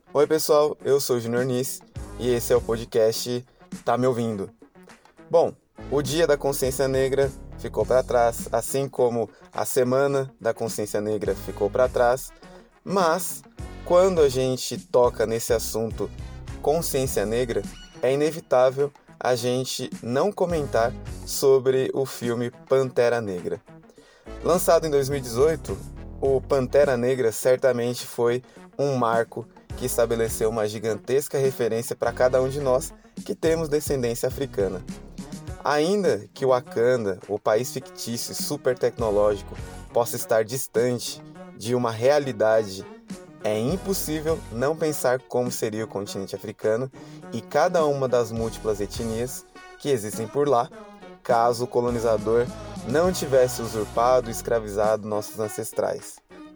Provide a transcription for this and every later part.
Oi pessoal, eu sou o Junior Nis e esse é o podcast Tá Me Ouvindo? Bom, o Dia da Consciência Negra ficou para trás, assim como a Semana da Consciência Negra ficou para trás, mas quando a gente toca nesse assunto consciência negra, é inevitável a gente não comentar sobre o filme Pantera Negra. Lançado em 2018, o Pantera Negra certamente foi um marco que estabeleceu uma gigantesca referência para cada um de nós que temos descendência africana. Ainda que Wakanda, o país fictício e super tecnológico, possa estar distante de uma realidade, é impossível não pensar como seria o continente africano e cada uma das múltiplas etnias que existem por lá, caso o colonizador não tivesse usurpado e escravizado nossos ancestrais.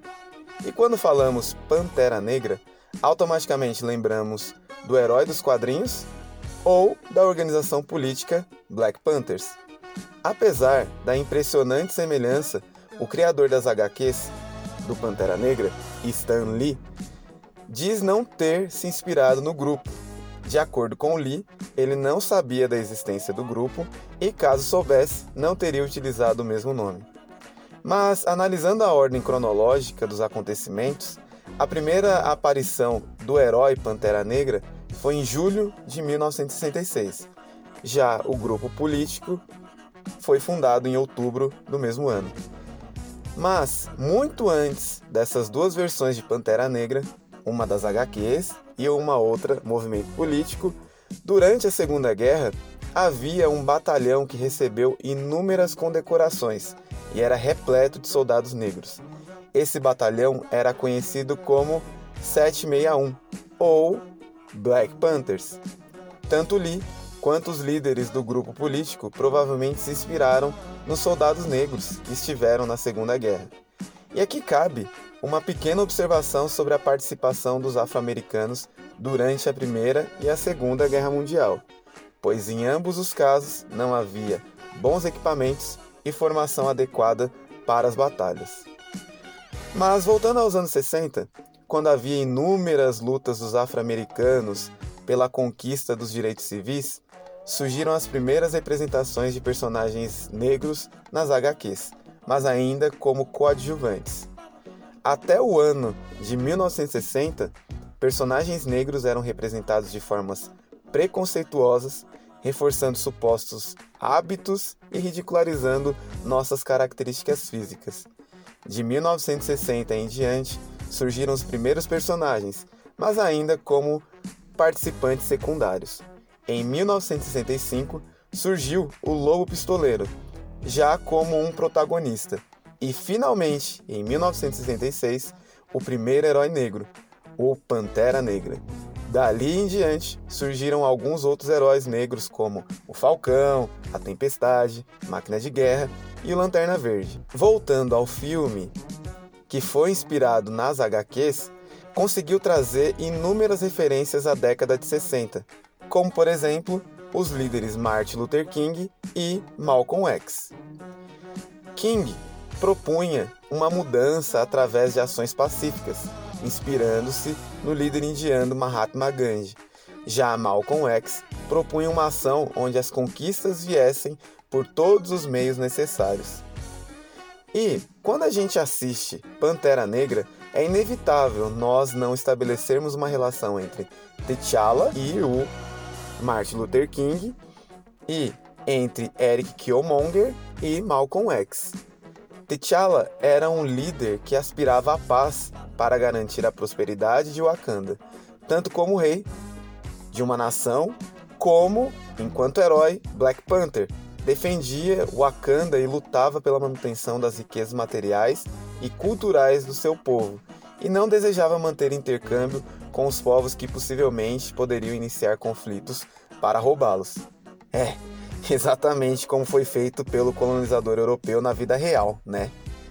E quando falamos Pantera Negra, automaticamente lembramos do herói dos quadrinhos ou da organização política Black Panthers. Apesar da impressionante semelhança, o criador das HQs do Pantera Negra, Stan Lee, diz não ter se inspirado no grupo. De acordo com Lee, ele não sabia da existência do grupo e, caso soubesse, não teria utilizado o mesmo nome. Mas, analisando a ordem cronológica dos acontecimentos, a primeira aparição do herói Pantera Negra foi em julho de 1966. Já o grupo político foi fundado em outubro do mesmo ano. Mas, muito antes dessas duas versões de Pantera Negra, uma das HQs e uma outra movimento político, durante a Segunda Guerra havia um batalhão que recebeu inúmeras condecorações e era repleto de soldados negros. Esse batalhão era conhecido como 761 ou Black Panthers. Tanto Lee quanto os líderes do grupo político provavelmente se inspiraram nos soldados negros que estiveram na Segunda Guerra. E aqui cabe uma pequena observação sobre a participação dos afro-americanos durante a Primeira e a Segunda Guerra Mundial, pois em ambos os casos não havia bons equipamentos e formação adequada para as batalhas. Mas voltando aos anos 60, quando havia inúmeras lutas dos afro-americanos pela conquista dos direitos civis, surgiram as primeiras representações de personagens negros nas HQs, mas ainda como coadjuvantes. Até o ano de 1960, personagens negros eram representados de formas preconceituosas, reforçando supostos hábitos e ridicularizando nossas características físicas. De 1960 em diante, surgiram os primeiros personagens, mas ainda como participantes secundários. Em 1965, surgiu o Lobo Pistoleiro, já como um protagonista. E finalmente, em 1966, o primeiro herói negro, o Pantera Negra. Dali em diante, surgiram alguns outros heróis negros como o Falcão, a Tempestade, Máquina de Guerra e o Lanterna Verde. Voltando ao filme, que foi inspirado nas HQs, conseguiu trazer inúmeras referências à década de 60, como por exemplo, os líderes Martin Luther King e Malcolm X. King propunha uma mudança através de ações pacíficas, inspirando-se no líder indiano Mahatma Gandhi. Já Malcolm X propunha uma ação onde as conquistas viessem por todos os meios necessários. E, quando a gente assiste Pantera Negra, é inevitável nós não estabelecermos uma relação entre T'Challa e o Martin Luther King e entre Eric Killmonger e Malcolm X. T'Challa era um líder que aspirava à paz para garantir a prosperidade de Wakanda, tanto como rei de uma nação, como, enquanto herói, Black Panther, defendia Wakanda e lutava pela manutenção das riquezas materiais e culturais do seu povo, e não desejava manter intercâmbio com os povos que possivelmente poderiam iniciar conflitos para roubá-los. Exatamente como foi feito pelo colonizador europeu na vida real, né?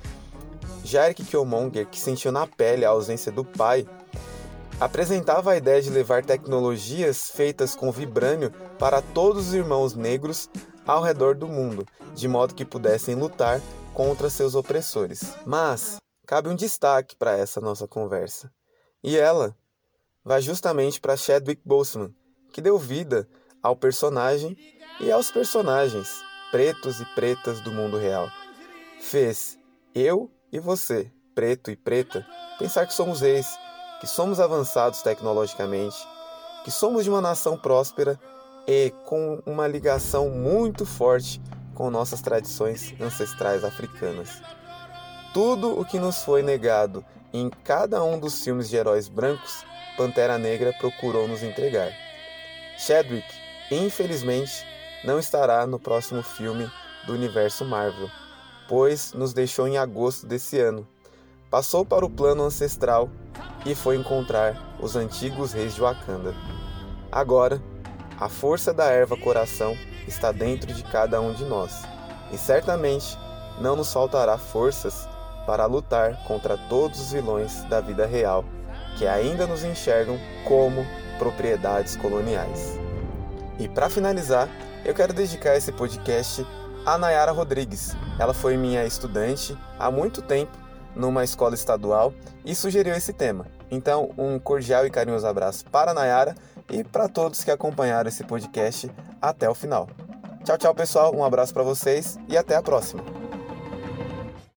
Já Eric Killmonger, que sentiu na pele a ausência do pai, apresentava a ideia de levar tecnologias feitas com vibrânio para todos os irmãos negros ao redor do mundo, de modo que pudessem lutar contra seus opressores. Mas cabe um destaque para essa nossa conversa. E ela vai justamente para Chadwick Boseman, que deu vida ao personagem e aos personagens pretos e pretas do mundo real. Fez eu e você, preto e preta, pensar que somos reis, que somos avançados tecnologicamente, que somos de uma nação próspera e com uma ligação muito forte com nossas tradições ancestrais africanas. Tudo o que nos foi negado em cada um dos filmes de heróis brancos, Pantera Negra procurou nos entregar. Chadwick, infelizmente, não estará no próximo filme do universo Marvel, pois nos deixou em agosto desse ano. Passou para o plano ancestral e foi encontrar os antigos reis de Wakanda. Agora, a força da erva coração está dentro de cada um de nós, e certamente não nos faltará forças para lutar contra todos os vilões da vida real, que ainda nos enxergam como propriedades coloniais. E para finalizar, eu quero dedicar esse podcast a Nayara Rodrigues. Ela foi minha estudante há muito tempo numa escola estadual e sugeriu esse tema. Então, um cordial e carinhoso abraço para a Nayara e para todos que acompanharam esse podcast até o final. Tchau, tchau, pessoal. Um abraço para vocês e até a próxima.